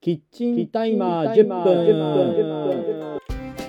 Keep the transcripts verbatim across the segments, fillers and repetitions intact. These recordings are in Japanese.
キッチンタイマーじゅっぷん。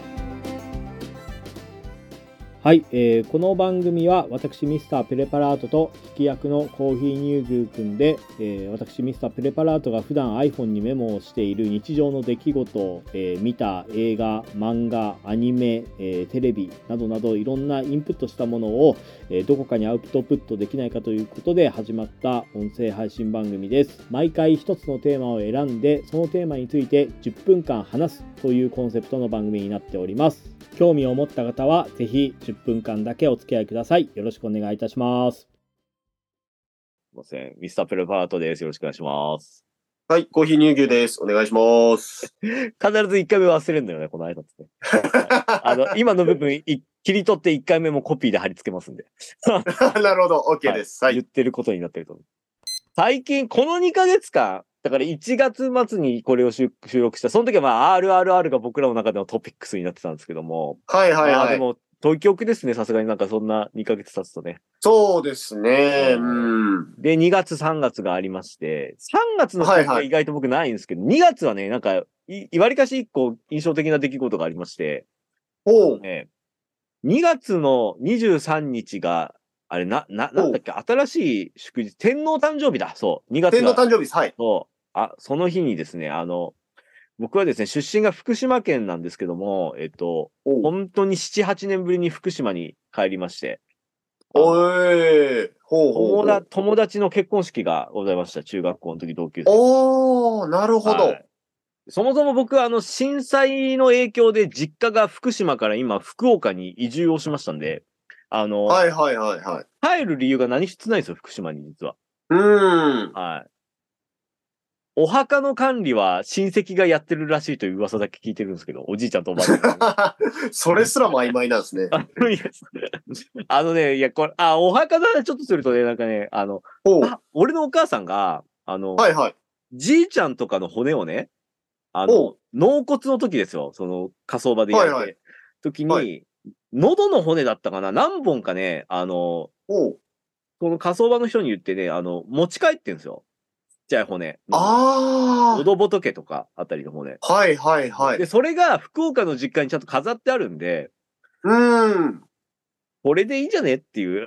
はい、えー、この番組は私ミスタープレパラートと引き役のコーヒー乳牛くんで、えー、私ミスタープレパラートが普段 iPhone にメモをしている日常の出来事、えー、見た映画、漫画、アニメ、えー、テレビなどなどいろんなインプットしたものを、えー、どこかにアウトプットできないかということで始まった音声配信番組です。毎回一つのテーマを選んでそのテーマについてじゅっぷんかん話すというコンセプトの番組になっております。興味を持った方はぜひじゅっぷんかんだけお付き合いください。よろしくお願いいたします。 すいません。ミスタープレパラートです。よろしくお願いします。 はい、コーヒー乳牛です。お願いします。 必ずいっかいめ忘れるんだよね、この挨拶ね。あの、今の部分い切り取っていっかいめもコピーで貼り付けますんで。 なるほど、OK です。はい。 言ってることになってると思う。最近、このにかげつかん、だからいちがつ末にこれを収録した、その時はまあ アールアールアール が僕らの中でのトピックスになってたんですけども。 はいはいはい。 あでも、遠記憶ですね、さすがになんかそんなにかげつ経つとね。 そうですね。うん。 で、にがつ、さんがつがありまして、さんがつの記憶が意外と僕ないんですけど、はいはい、にがつはね、なんか、い、わりかし一個印象的な出来事がありまして、 おう。 ね、にがつのにじゅうさんにちが、あれ、な、な、なんだっけ、新しい祝日、天皇誕生日だ、そう、にがつが。 天皇誕生日、はい。 そう、あ、その日にですね、あの、僕はですね、出身が福島県なんですけども、えっと、本当になな、はちねんぶりに福島に帰りまして、 おー、ほうほうほう。 友達、友達の結婚式がございました。中学校の時同級生。 おー、なるほど。はい、 そもそも僕はあの震災の影響で実家が福島から今福岡に移住をしましたんで、あの、 はいはいはいはい。 帰る理由が何一つないんですよ、福島に実は。 うーん。 はい。お墓の管理は親戚がやってるらしいという噂だけ聞いてるんですけど、おじいちゃんとおばあちゃん。 それすらも曖昧なんですね。 あのね、いや、これ、あ、お墓の話ちょっとするとね、なんかね、あの、あ俺のお母さんが、あの、 はいはい。 じいちゃんとかの骨をね、あの、納骨の時ですよ、その火葬場で焼いて、はいはい、時に、はい、喉の骨だったかな、何本かね、あの、この火葬場の人に言ってね、あの、持ち帰ってんですよ。ちっちゃい骨。 ああ。 喉仏とかあたりの骨。 はいはいはい。 で、それが福岡の実家にちゃんと飾ってあるんで、 うーん。 これでいいんじゃねっていう。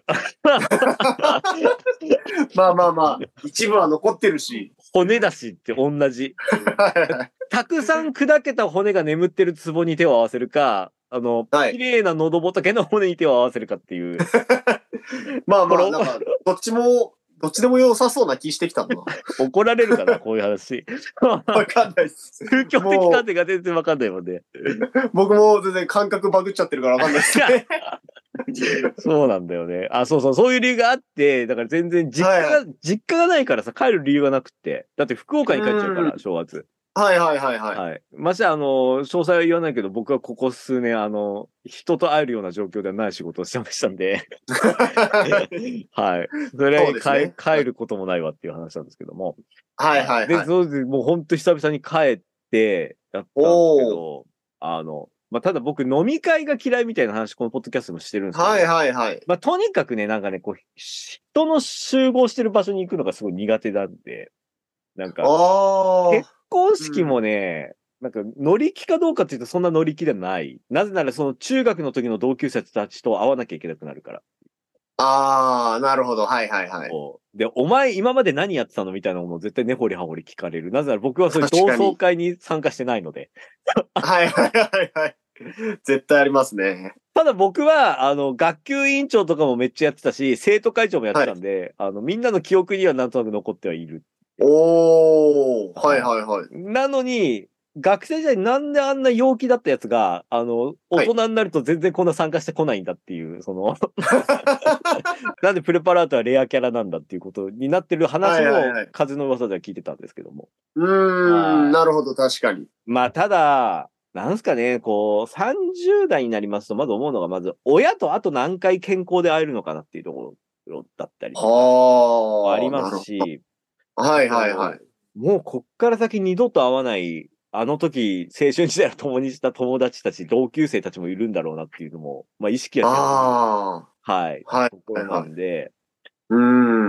まあまあまあ、一部は残ってるし。 骨だしって同じ。たくさん砕けた骨が眠ってる壺に手を合わせるか、あの、はい、綺麗な喉仏の骨に手を合わせるかっていう。 まあまあ、なんか、どっちも、どっちでも良さそうな気してきたな。 怒られるかな、こういう話。 わかんないっす。 宗教的観点が全然わかんないもんね。 僕も全然感覚バグっちゃってるからわかんないっすね。 そうなんだよね。あ、そうそう、そういう理由があって、だから全然実家が、はい、実家がないからさ、帰る理由がなくって。だって福岡に帰っちゃうから、正月。 はいはいはいはい。 はい。ましてあの、詳細は言わないけど、僕はここ数年、あの、人と会えるような状況ではない仕事をしてましたんで。はい。それは、ね、帰ることもないわっていう話なんですけども。 はいはいはい。 で、そうで、もう本当久々に帰ってやったんですけど、あの、まあ、ただ僕飲み会が嫌いみたいな話、このポッドキャストもしてるんですけど。 はいはいはい。 まあ、とにかくね、なんかね、こう、人の集合してる場所に行くのがすごい苦手なんで、なんか、結婚式もね、うん、なんか乗り気かどうかっていうとそんな乗り気ではない。なぜならその中学の時の同級生たちと会わなきゃいけなくなるから。 あー、なるほど。はいはいはい。 で、お前今まで何やってたのみたいなのも絶対根掘り葉掘り聞かれる。なぜなら僕はそういう同窓会に参加してないので。 はいはいはいはい。絶対ありますね。 ただ僕は、あの、学級委員長とかもめっちゃやってたし、生徒会長もやってたんで、はい、あの、みんなの記憶にはなんとなく残ってはいる。 おー、はいはいはい。 なのに、学生時代になんであんな陽気だったやつが、あの、大人になると全然こんな参加してこないんだっていう、その、なんでプレパラートはレアキャラなんだっていうことになってる話も、風の噂では聞いてたんですけども。 うーん、なるほど、確かに。 まあ、ただ、なんすかね、こう、さんじゅう代になりますと、まず思うのが、まず、親とあと何回健康で会えるのかなっていうところだったりとか、ありますし、 はいはいはい。 もうこっから先二度と会わない、あの時、青春時代を共にした友達たち、同級生たちもいるんだろうなっていうのも、まあ意識はしてる。はい。 はい。 ところなんで、 うーん。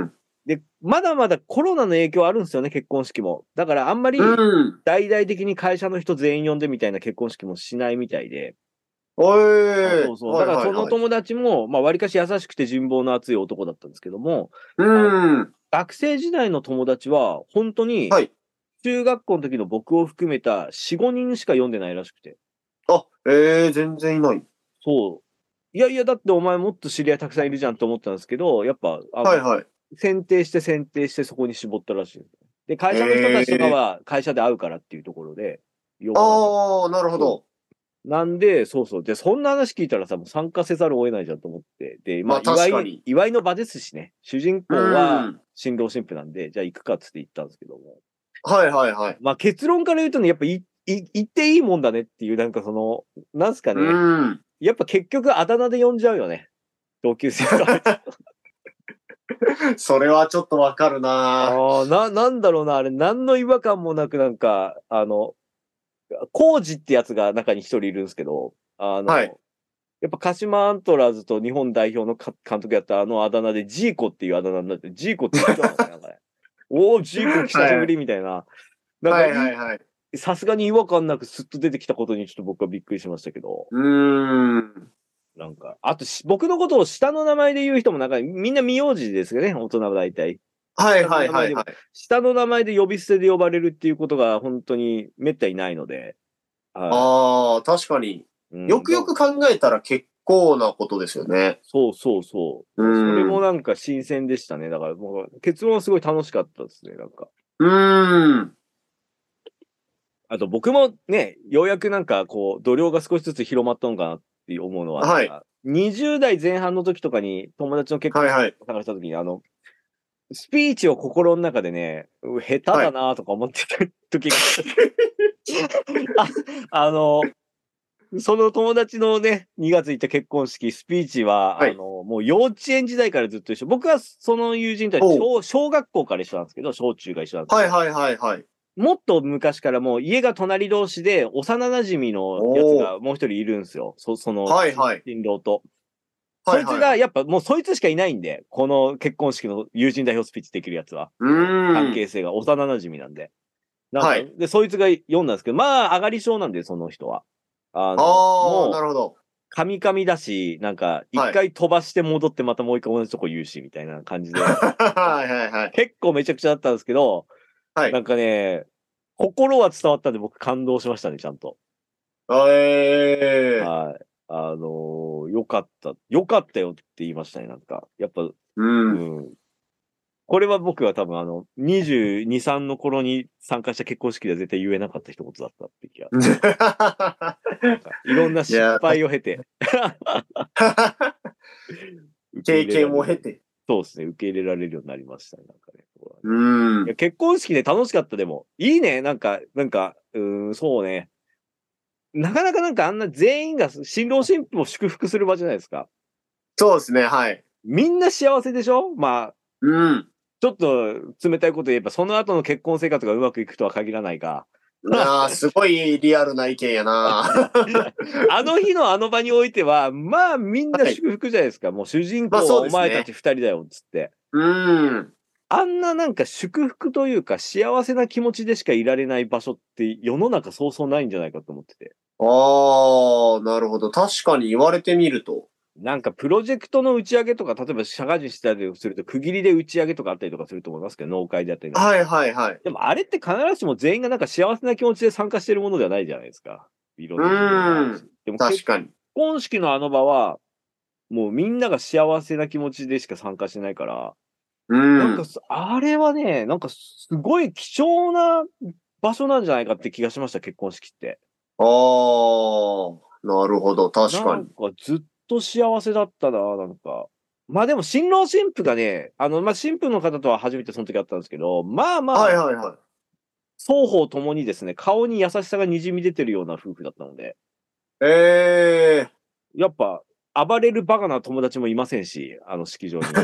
で、まだまだコロナの影響あるんですよね、結婚式も。だからあんまり大々的に会社の人全員呼んでみたいな結婚式もしないみたいで。 おーそうそう。だからその友達も、まあ割かし優しくて人望の厚い男だったんですけども、 うん。 学生時代の友達は本当に、中学校の時の僕を含めたよん、ごにんしか読んでないらしくて。 あ、ええー、全然いない。 そう。いやいや、だってお前もっと知り合いたくさんいるじゃんと思ったんですけど、やっぱ、あはいはい。 選定して選定してそこに絞ったらしい。で、会社の人たちとかは会社で会うからっていうところで。 ああ、なるほど。 なんで、そうそう。で、そんな話聞いたらさ、もう参加せざるを得ないじゃんと思って。で、まあ、 まあ、 祝い、祝いの場ですしね。主人公は新郎新婦なんで、じゃあ行くかっつって言ったんですけども。 はいはいはい。 まあ、結論から言うとね、やっぱい、い、言っていいもんだねっていう、なんかその、なんすかね。やっぱ結局あだ名で呼んじゃうよね。同級生から。 それはちょっとわかるなああ、な、なんだろうな、あれ、何の違和感もなくなんか、あの、コージってやつが中に一人いるんですけど、あの、はい、やっぱ鹿島アントラーズと日本代表の監督やったあのあだ名でジーコっていうあだ名になって、ジーコって言っちゃうのね、なんかね。おー、ジーコ久しぶりみたいな。なんか、はいはいはい。さすがに違和感なくスッと出てきたことにちょっと僕はびっくりしましたけど。 うーん。 なんか、あと僕のことを下の名前で言う人もなんか、みんな名字ですよね、大人は大体。 はいはいはいはい。 下の名前で呼び捨てで呼ばれるっていうことが本当に滅多にないので。 はい、ああ、確かに。よくよく考えたら結構なことですよね。 そうそうそう。うん、それもなんか新鮮でしたね。だからもう結論はすごい楽しかったですね、なんか。 うーん。 あと僕もね、ようやくなんかこう、度量が少しずつ広まったのかなって思うのは、はい、にじゅう代前半の時とかに友達の結婚を探した時に、はいはい、あの、スピーチを心の中でね、下手だなとか思ってた時が、はい、あ、あの、その友達のね、にがつ行った結婚式、スピーチは、はい、あの、もう幼稚園時代からずっと一緒。僕はその友人とは小、小学校から一緒なんですけど、小中が一緒なんですけど。 はいはいはいはい。 もっと昔からもう家が隣同士で幼馴染のやつがもう一人いるんですよ。そ、その、 はいはい、 新郎と。そいつが、やっぱもうそいつしかいないんで、この結婚式の友人代表スピーチできるやつは。関係性が幼馴染なんで。なんか、はい、で、そいつが読んだんですけど、まあ、上がり症なんで、その人は。あの、 ああ、なるほど。 カミカミだし、なんか、一回飛ばして戻ってまたもう一回同じとこ言うし、みたいな感じで。 はいはいはい。 結構めちゃくちゃだったんですけど、はい、なんかね、心は伝わったんで僕感動しましたね、ちゃんと。 ええー。 はい。あのー、よかった。よかったよって言いましたね、なんか。やっぱ、 うん、 うん。これは僕は多分あの、にじゅうに、さんの頃に参加した結婚式では絶対言えなかった一言だったって気が。いろんな失敗を経て。 経験を経て。 そうですね、受け入れられるようになりましたね、なんかね。 うん。 いや結婚式で楽しかったでも。いいね、なんか、なんか、うーん、そうね。なかなかなんかあんな全員が新郎新婦を祝福する場じゃないですか。 そうですね、はい。 みんな幸せでしょ？まあ。 うん。 ちょっと冷たいこと言えば、その後の結婚生活がうまくいくとは限らないが。 いやー、すごいリアルな意見やなあの日のあの場においては、まあみんな祝福じゃないですか。はい、もう主人公はお前たち二人だよ、つって。 まあ、うん。 あんななんか祝福というか幸せな気持ちでしかいられない場所って世の中そうそうないんじゃないかと思ってて。 ああ、なるほど。確かに言われてみると。 なんかプロジェクトの打ち上げとか、例えば社会人したりすると区切りで打ち上げとかあったりとかすると思いますけど、農会であったり。 はいはいはい。 でもあれって必ずしも全員がなんか幸せな気持ちで参加しているものではないじゃないですか。いろんな。 うん。でも確かに。 結婚式のあの場は、もうみんなが幸せな気持ちでしか参加してないから、 うん。 なんかあれはね、なんかすごい貴重な場所なんじゃないかって気がしました、結婚式って。 ああ、なるほど、確かに。 なんかずっと幸せだったな、なんか。まあでも、新郎新婦がね、あの、まあ新婦の方とは初めてその時あったんですけど、まあまあ、 はいはいはい。 双方ともにですね、顔に優しさが滲み出てるような夫婦だったので。 ええー。やっぱ、暴れるバカな友達もいませんし、あの式場に。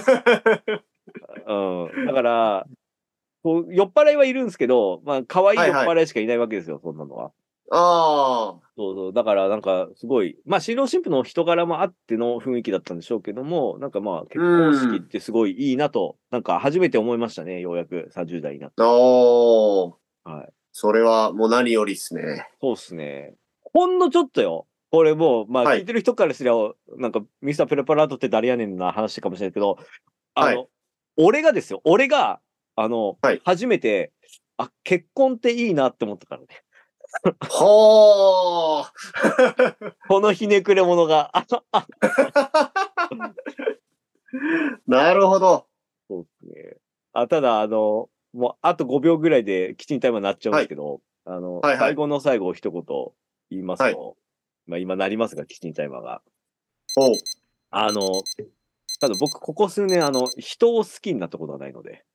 うん。だから、こう酔っ払いはいるんですけど、まあ、可愛い酔っ払いしかいないわけですよ、はいはい、そんなのは。 ああ。 そうそう。だからなんかすごい、まあ新郎新婦の人柄もあっての雰囲気だったんでしょうけども、なんかまあ結婚式ってすごいいいなと、なんか初めて思いましたね、ようやくさんじゅう代になって。 おー。 はい。 それはもう何よりっすね。 そうっすね。ほんのちょっとよ。これもう、まあはい聞いてる人からすりゃ、なんかミスタープレパラートって誰やねんな話かもしれないけど、あの、 はい。 俺がですよ、俺が、あの、 はい。 初めて、あ、結婚っていいなって思ったからね。 ほー。 このひねくれ者が。 なるほど。 そうですね。あ、ただ、あの、もうあとごびょうぐらいでキッチンタイムになっちゃうんですけど、はい、あの、はいはい、最後の最後一言言いますと、はい、まあ今なりますが、キッチンタイマーが。 おう。 あの、ただ僕、ここ数年、あの、人を好きになったことがないので。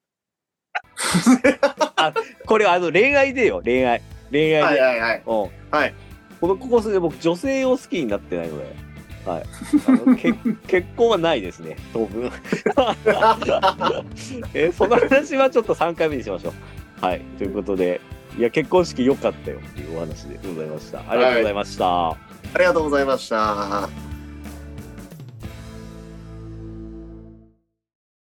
あ、これはあの、恋愛でよ、恋愛。恋愛で。 はいはいはい。 うん。 はい。 この、ここ数年僕、女性を好きになってないので。はい。あのけ結婚はないですね、当分。えその話はちょっとさんかいめにしましょう。はい。ということで、いや、結婚式良かったよっていうお話でございました。ありがとうございました。 はい、ありがとうございました。